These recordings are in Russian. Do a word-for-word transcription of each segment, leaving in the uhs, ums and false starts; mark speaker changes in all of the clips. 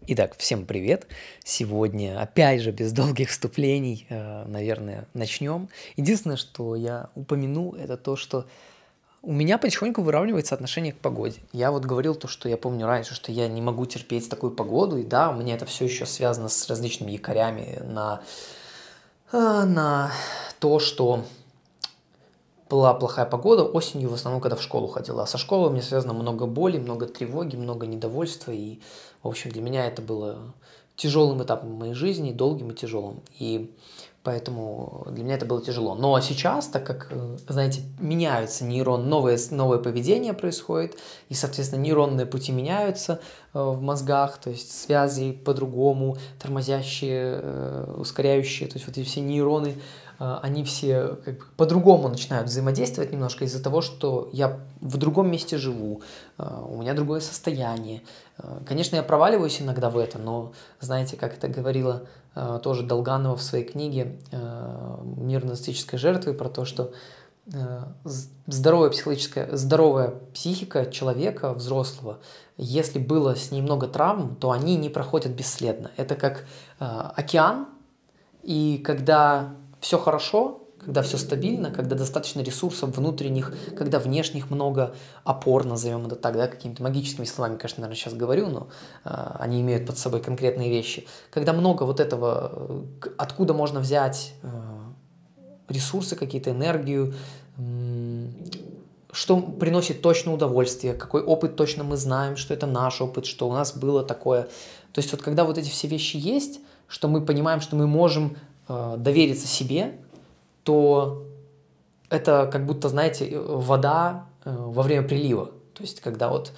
Speaker 1: Итак, всем привет! Сегодня, опять же, без долгих вступлений, э, наверное, начнем. Единственное, что я упомяну, это то, что у меня потихоньку выравнивается отношение к погоде. Я вот говорил то, что я помню раньше, что я не могу терпеть такую погоду, и да, у меня это все еще связано с различными якорями на, э, на то, что была плохая погода осенью, в основном, когда в школу ходила. А со школой у меня связано много боли, много тревоги, много недовольства. И, в общем, для меня это было тяжелым этапом моей жизни, долгим и тяжелым. И поэтому для меня это было тяжело. Но сейчас, так как, знаете, меняются нейроны, новое, новое поведение происходит, и, соответственно, нейронные пути меняются в мозгах, то есть связи по-другому, тормозящие, ускоряющие, то есть вот эти все нейроны, они все как бы по-другому начинают взаимодействовать немножко из-за того, что я в другом месте живу, у меня другое состояние. Конечно, я проваливаюсь иногда в это, но знаете, как это говорила тоже Долганова в своей книге «Мир нарциссической жертвы», про то, что здоровая психологическая, здоровая психика человека, взрослого, если было с ней много травм, то они не проходят бесследно. Это как океан, и когда все хорошо, когда все стабильно, когда достаточно ресурсов внутренних, когда внешних много опор, назовем это так, да, какими-то магическими словами, конечно, наверное, сейчас говорю, но э, они имеют под собой конкретные вещи. Когда много вот этого, откуда можно взять э, ресурсы, какие-то энергию, э, что приносит точно удовольствие, какой опыт точно мы знаем, что это наш опыт, что у нас было такое. То есть вот когда вот эти все вещи есть, что мы понимаем, что мы можем довериться себе, то это как будто, знаете, вода во время прилива. То есть, когда вот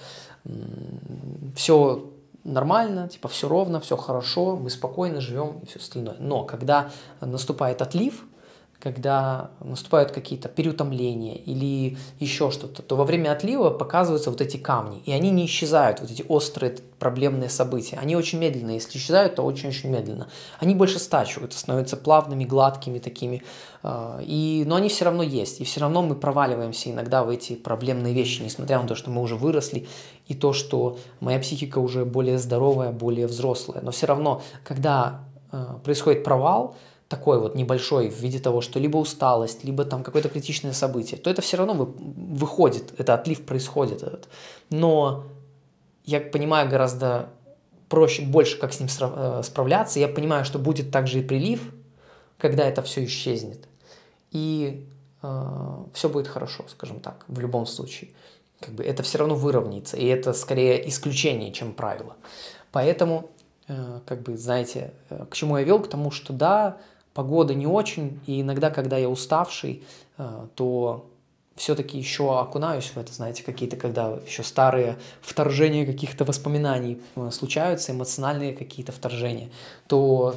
Speaker 1: все нормально, типа все ровно, все хорошо, мы спокойно живем и все остальное. Но когда наступает отлив, когда наступают какие-то переутомления или еще что-то, то во время отлива показываются вот эти камни, и они не исчезают, вот эти острые проблемные события. Они очень медленно, если исчезают, то очень-очень медленно. Они больше стачиваются, становятся плавными, гладкими такими, и, но они все равно есть, и все равно мы проваливаемся иногда в эти проблемные вещи, несмотря на то, что мы уже выросли, и то, что моя психика уже более здоровая, более взрослая. Но все равно, когда происходит провал, такой вот небольшой в виде того, что либо усталость, либо там какое-то критичное событие, то это все равно вы, выходит, это отлив происходит. Этот. Но я понимаю гораздо проще, больше, как с ним справляться. Я понимаю, что будет также и прилив, когда это все исчезнет. И э, все будет хорошо, скажем так, в любом случае. Как бы это все равно выровняется, и это скорее исключение, чем правило. Поэтому, э, как бы, знаете, э, к чему я вел? К тому, что да, погода не очень, и иногда, когда я уставший, то все-таки еще окунаюсь в это, знаете, какие-то, когда еще старые вторжения каких-то воспоминаний случаются, эмоциональные какие-то вторжения, то,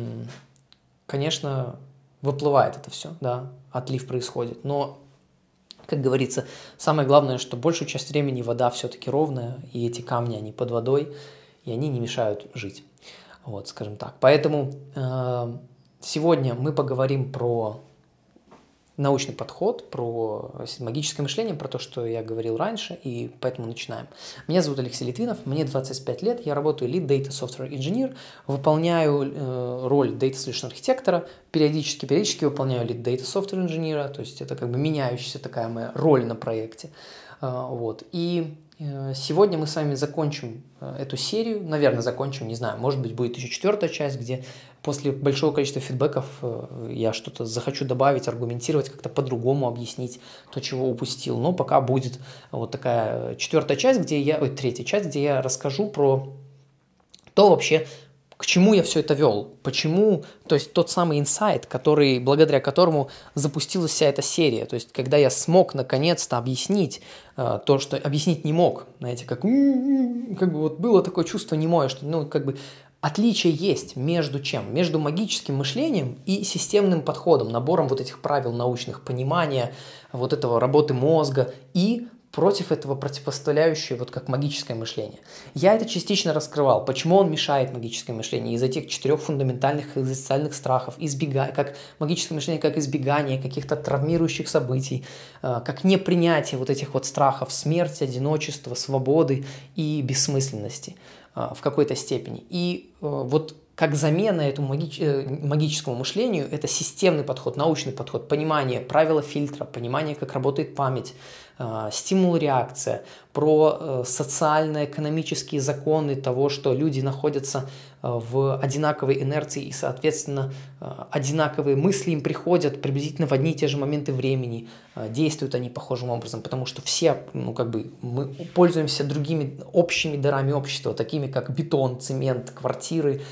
Speaker 1: конечно, выплывает это все, да, отлив происходит. Но, как говорится, самое главное, что большую часть времени вода все-таки ровная, и эти камни, они под водой, и они не мешают жить, вот, скажем так. Поэтому сегодня мы поговорим про научный подход, про магическое мышление, про то, что я говорил раньше, и поэтому начинаем. Меня зовут Алексей Литвинов, мне двадцать пять лет, я работаю Lead Data Software Engineer, выполняю э, роль Data Solution архитектора, периодически, периодически выполняю Lead Data Software Engineer, то есть это как бы меняющаяся такая моя роль на проекте. Э, вот. И сегодня мы с вами закончим эту серию, наверное, закончим, не знаю, может быть, будет еще четвертая часть, где после большого количества фидбэков я что-то захочу добавить, аргументировать, как-то по-другому объяснить то, чего упустил. Но пока будет вот такая четвертая часть, где я, ой, третья часть, где я расскажу про то вообще, к чему я все это вел, почему, то есть тот самый инсайт, который, благодаря которому запустилась вся эта серия, то есть когда я смог наконец-то объяснить э, то, что объяснить не мог, знаете, как, как бы вот было такое чувство немое, что, ну, как бы отличие есть между чем? Между магическим мышлением и системным подходом, набором вот этих правил научных, понимания вот этого работы мозга и против этого противопоставляющее вот как магическое мышление. Я это частично раскрывал, почему он мешает магическое мышление из этих четырех фундаментальных экзистенциальных страхов, избегая, как магическое мышление, как избегание каких-то травмирующих событий, как непринятие вот этих вот страхов смерти, одиночества, свободы и бессмысленности. в какой-то степени. И вот как замена этому магич... магическому мышлению, это системный подход, научный подход, понимание правила фильтра, понимание, как работает память, стимул-реакция, про социально-экономические законы того, что люди находятся в одинаковой инерции и, соответственно, одинаковые мысли им приходят приблизительно в одни и те же моменты времени, действуют они похожим образом, потому что все, ну, как бы, мы пользуемся другими общими дарами общества, такими как бетон, цемент, квартиры,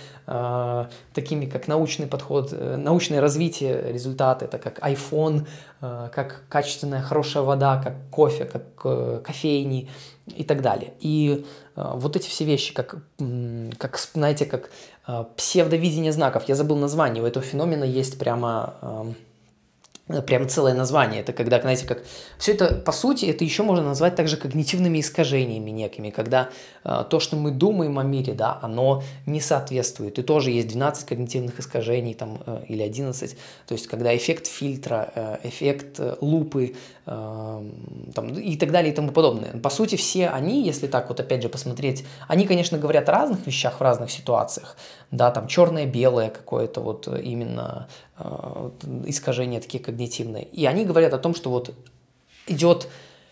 Speaker 1: такими как научный подход, научное развитие, результаты, это как iPhone, как качественная хорошая вода, как кофе, как кофейни и так далее. И вот эти все вещи, как, как знаете, как псевдовидение знаков, я забыл название, у этого феномена есть прямо... Прям целое название. Это когда, знаете, как... Все это, по сути, это еще можно назвать также когнитивными искажениями некими, когда э, то, что мы думаем о мире, да, оно не соответствует. И тоже есть двенадцать когнитивных искажений там, э, или одиннадцать. То есть, когда эффект фильтра, э, эффект э, лупы э, там, и так далее и тому подобное. По сути, все они, если так вот опять же посмотреть, они, конечно, говорят о разных вещах в разных ситуациях. Да, там черное-белое какое-то вот именно э, искажение такие когнитивные. И они говорят о том, что вот идет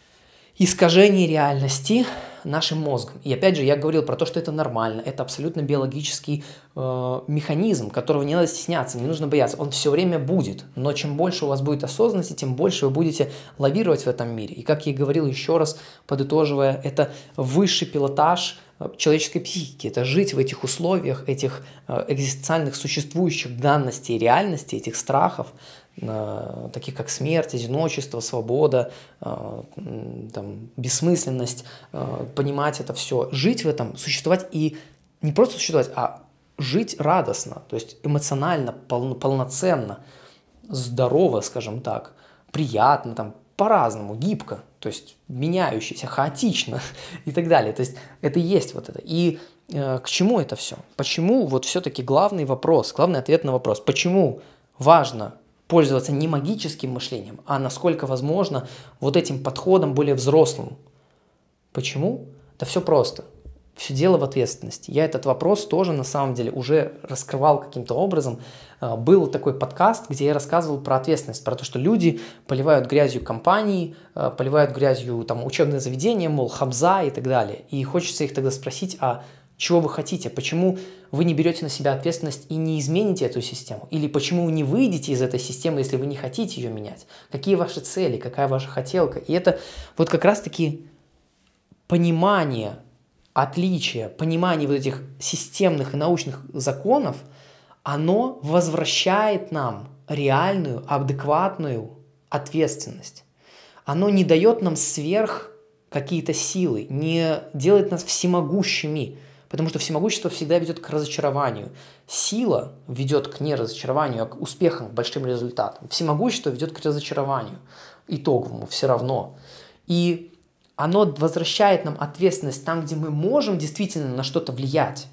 Speaker 1: искажение реальности нашим мозгом. И опять же, я говорил про то, что это нормально, это абсолютно биологический э, механизм, которого не надо стесняться, не нужно бояться, он все время будет. Но чем больше у вас будет осознанности, тем больше вы будете лавировать в этом мире. И как я и говорил еще раз, подытоживая, это высший пилотаж человеческой психики, это жить в этих условиях, этих э, экзистенциальных существующих данностей, реальности, этих страхов, э, таких как смерть, одиночество, свобода, э, там, бессмысленность, э, понимать это все, жить в этом, существовать и не просто существовать, а жить радостно, то есть эмоционально, пол, полноценно, здорово, скажем так, приятно, там, по-разному, гибко, то есть меняющийся, хаотично и так далее. То есть это и есть вот это. И э, к чему это все? Почему вот все-таки главный вопрос, главный ответ на вопрос, почему важно пользоваться не магическим мышлением, а насколько возможно вот этим подходом более взрослым? Почему? Да все просто. Все дело в ответственности. Я этот вопрос тоже на самом деле уже раскрывал каким-то образом. Был такой подкаст, где я рассказывал про ответственность, про то, что люди поливают грязью компании, поливают грязью там, учебное заведение, мол, хабза и так далее. И хочется их тогда спросить, а чего вы хотите? Почему вы не берете на себя ответственность и не измените эту систему? Или почему вы не выйдете из этой системы, если вы не хотите ее менять? Какие ваши цели? Какая ваша хотелка? И это вот как раз-таки понимание, отличие, понимание вот этих системных и научных законов, оно возвращает нам реальную, адекватную ответственность. Оно не дает нам сверх какие-то силы, не делает нас всемогущими, потому что всемогущество всегда ведет к разочарованию. Сила ведет к неразочарованию, а к успехам, к большим результатам. Всемогущество ведет к разочарованию, итоговому все равно. И оно возвращает нам ответственность там, где мы можем действительно на что-то влиять.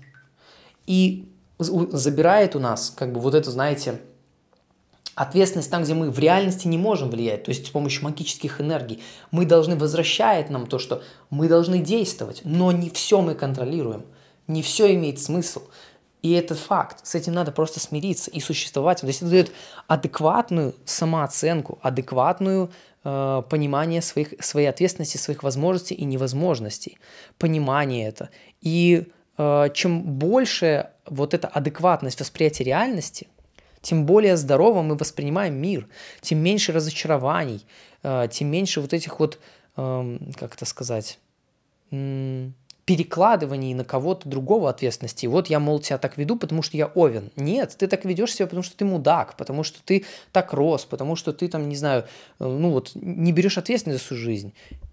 Speaker 1: И забирает у нас, как бы, вот эту, знаете, ответственность там, где мы в реальности не можем влиять, то есть с помощью магических энергий. Мы должны, возвращает нам то, что мы должны действовать, но не все мы контролируем, не все имеет смысл. И это факт, с этим надо просто смириться и существовать. То есть это дает адекватную самооценку, адекватную э, понимание своих, своей ответственности, своих возможностей и невозможностей, понимание это. И э, чем больше вот эта адекватность восприятия реальности, тем более здорово мы воспринимаем мир, тем меньше разочарований, э, тем меньше вот этих вот, э, как это сказать, э, перекладываний на кого-то другого ответственности. Вот я, мол, тебя так веду, потому что я овен. Нет, ты так ведешь себя, потому что ты мудак, потому что ты так рос, потому что ты там, не знаю, ну вот, не берешь ответственность за свою жизнь.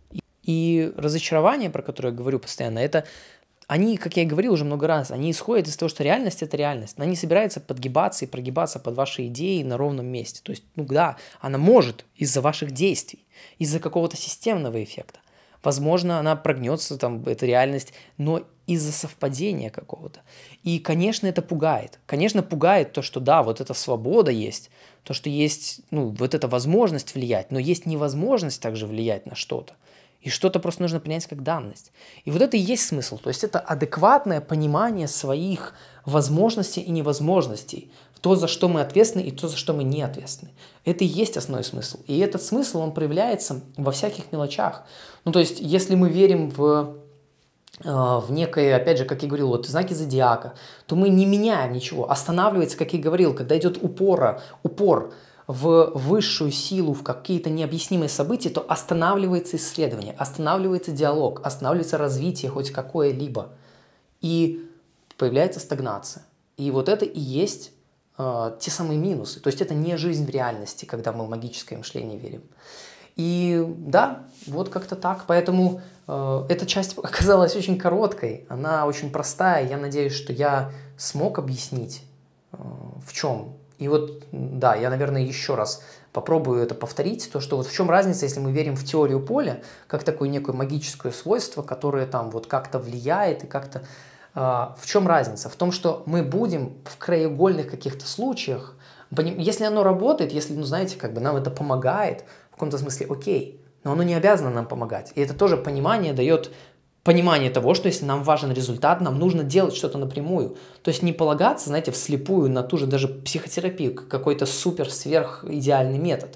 Speaker 1: И разочарование, про которое я говорю постоянно, это они, как я и говорил уже много раз, они исходят из того, что реальность – это реальность. Она не собирается подгибаться и прогибаться под ваши идеи на ровном месте. То есть, ну да, она может из-за ваших действий, из-за какого-то системного эффекта. Возможно, она прогнется, там, эта реальность, но из-за совпадения какого-то. И, конечно, это пугает. Конечно, пугает то, что да, вот эта свобода есть, то, что есть, ну, вот эта возможность влиять, но есть невозможность также влиять на что-то. И что-то просто нужно принять как данность. И вот это и есть смысл. То есть это адекватное понимание своих возможностей и невозможностей. То, за что мы ответственны, и то, за что мы не ответственны. Это и есть основной смысл. И этот смысл, он проявляется во всяких мелочах. Ну, то есть, если мы верим в, в некое, опять же, как я говорил, вот знаки зодиака, то мы не меняем ничего. Останавливается, как я и говорил, когда идет упора, упор в высшую силу, в какие-то необъяснимые события, то останавливается исследование, останавливается диалог, останавливается развитие хоть какое-либо. И появляется стагнация. И вот это и есть э, те самые минусы. То есть это не жизнь в реальности, когда мы в магическое мышление верим. И да, вот как-то так. Поэтому э, эта часть оказалась очень короткой, она очень простая. Я надеюсь, что я смог объяснить, э, в чем. И вот, да, я, наверное, еще раз попробую это повторить, то, что вот в чем разница, если мы верим в теорию поля, как такое некое магическое свойство, которое там вот как-то влияет и как-то... Э, в чем разница? В том, что мы будем в краеугольных каких-то случаях, если оно работает, если, ну, знаете, как бы нам это помогает, в каком-то смысле окей, но оно не обязано нам помогать. И это тоже понимание дает понимание того, что если нам важен результат, нам нужно делать что-то напрямую. То есть не полагаться, знаете, вслепую на ту же даже психотерапию, как какой-то супер сверхидеальный метод,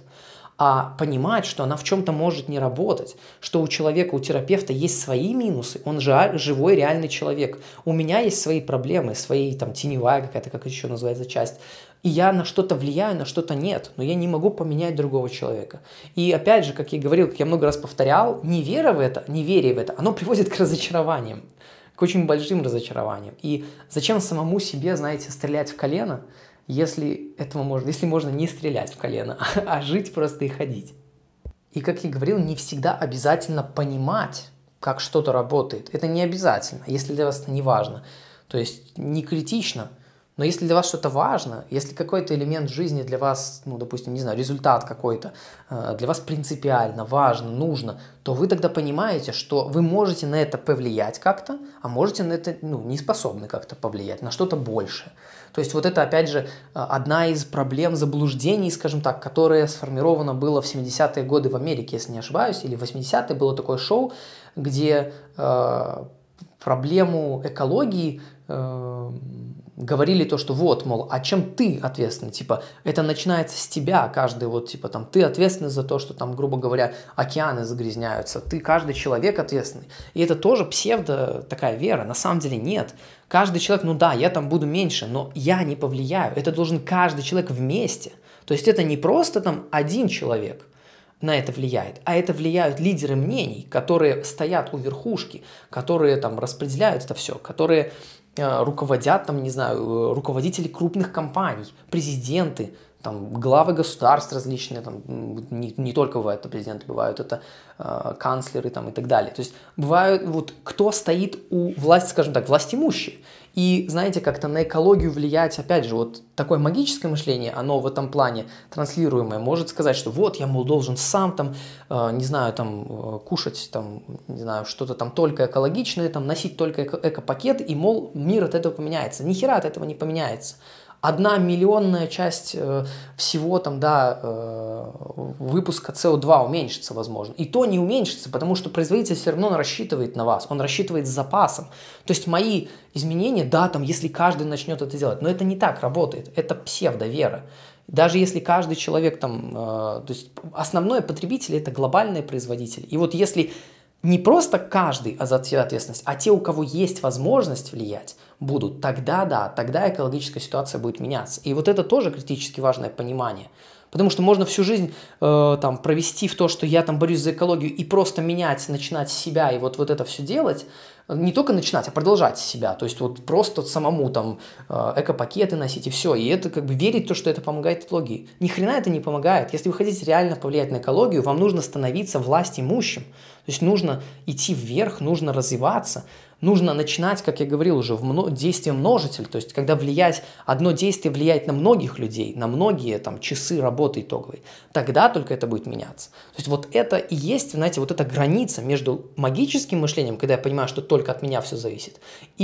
Speaker 1: а понимать, что она в чем-то может не работать, что у человека, у терапевта есть свои минусы, он же живой, реальный человек. У меня есть свои проблемы, свои там теневая какая-то, как еще называется, часть. И я на что-то влияю, на что-то нет, но я не могу поменять другого человека. И опять же, как я говорил, как я много раз повторял, невера в это, неверие в это, оно приводит к разочарованиям, к очень большим разочарованиям. И зачем самому себе, знаете, стрелять в колено, если этого можно, если можно не стрелять в колено, а жить просто и ходить. И, как я говорил, не всегда обязательно понимать, как что-то работает. Это не обязательно, если для вас это не важно. То есть не критично. Но если для вас что-то важно, если какой-то элемент жизни для вас, ну, допустим, не знаю, результат какой-то, для вас принципиально важно, нужно, то вы тогда понимаете, что вы можете на это повлиять как-то, а можете на это, ну, не способны как-то повлиять, на что-то большее. То есть вот это, опять же, одна из проблем заблуждений, скажем так, которая сформирована была в семидесятые годы в Америке, если не ошибаюсь, или в восьмидесятые было такое шоу, где э, проблему экологии э, говорили то, что вот, мол, а чем ты ответственный? Типа, это начинается с тебя, каждый вот, типа, там, ты ответственный за то, что там, грубо говоря, океаны загрязняются, ты, каждый человек ответственный. И это тоже псевдо такая вера, на самом деле нет. Каждый человек, ну да, я там буду меньше, но я не повлияю, это должен каждый человек вместе. То есть это не просто там один человек на это влияет, а это влияют лидеры мнений, которые стоят у верхушки, которые там распределяют это все, которые руководят, там, не знаю, руководители крупных компаний, президенты, там, главы государств различные, там, не, не только бывают это президенты, бывают это э, канцлеры там, и так далее. То есть бывают, вот, кто стоит у власти, скажем так, властимущие. И, знаете, как-то на экологию влиять, опять же, вот такое магическое мышление, оно в этом плане транслируемое, может сказать, что вот я, мол, должен сам там, э, не знаю, там, э, кушать, там, не знаю, что-то там только экологичное, там, носить только эко- эко-пакет, и, мол, мир от этого поменяется. Ни хера от этого не поменяется. Одна миллионная часть э, всего там, да, э, выпуска си о два уменьшится, возможно. И то не уменьшится, потому что производитель все равно рассчитывает на вас, он рассчитывает с запасом. То есть мои изменения, да, там, если каждый начнет это делать, но это не так работает, это псевдовера. Даже если каждый человек там, э, то есть основной потребитель это глобальные производители. И вот если не просто каждый за ответственность, а те, у кого есть возможность влиять, будут, тогда да, тогда экологическая ситуация будет меняться. И вот это тоже критически важное понимание. Потому что можно всю жизнь э, там, провести в то, что я там борюсь за экологию и просто менять, начинать с себя и вот, вот это все делать. Не только начинать, а продолжать с себя. То есть вот просто самому там э, эко-пакеты носить и все. И это как бы верить в то, что это помогает экологии. Ни хрена это не помогает. Если вы хотите реально повлиять на экологию, вам нужно становиться властимущим. То есть нужно идти вверх, нужно развиваться. Нужно начинать, как я говорил уже, в мно... действие множитель, то есть когда влиять, одно действие влияет на многих людей, на многие там, часы работы итоговой, тогда только это будет меняться. То есть вот это и есть, знаете, вот эта граница между магическим мышлением, когда я понимаю, что только от меня все зависит, и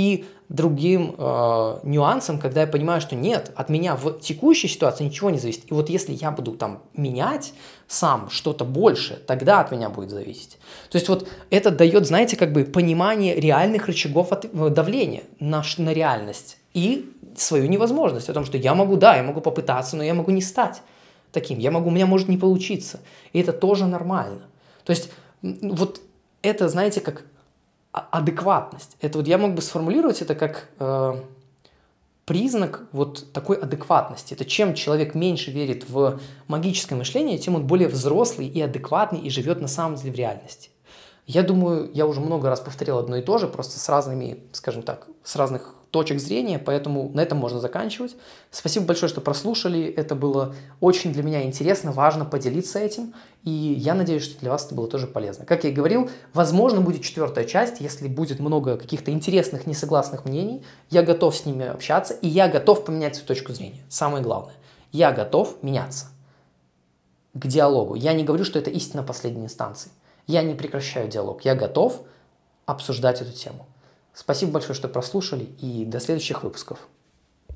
Speaker 1: другим э, нюансам, когда я понимаю, что нет, от меня в текущей ситуации ничего не зависит. И вот если я буду там менять сам что-то больше, тогда от меня будет зависеть. То есть вот это дает, знаете, как бы понимание реальных рычагов от, давления на, на реальность и свою невозможность. О том, что я могу, да, я могу попытаться, но я могу не стать таким. Я могу, у меня может не получиться. И это тоже нормально. То есть вот это, знаете, как адекватность. Это вот я мог бы сформулировать это как э, признак вот такой адекватности. Это чем человек меньше верит в магическое мышление, тем он более взрослый и адекватный и живет на самом деле в реальности. Я думаю, я уже много раз повторил одно и то же, просто с разными, скажем так, с разных точек зрения, поэтому на этом можно заканчивать. Спасибо большое, что прослушали. Это было очень для меня интересно, важно поделиться этим. И я надеюсь, что для вас это было тоже полезно. Как я и говорил, возможно, будет четвертая часть, если будет много каких-то интересных, несогласных мнений. Я готов с ними общаться, и я готов поменять свою точку зрения. Самое главное, я готов меняться к диалогу. Я не говорю, что это истина последней инстанции. Я не прекращаю диалог. Я готов обсуждать эту тему. Спасибо большое, что прослушали, и до следующих выпусков.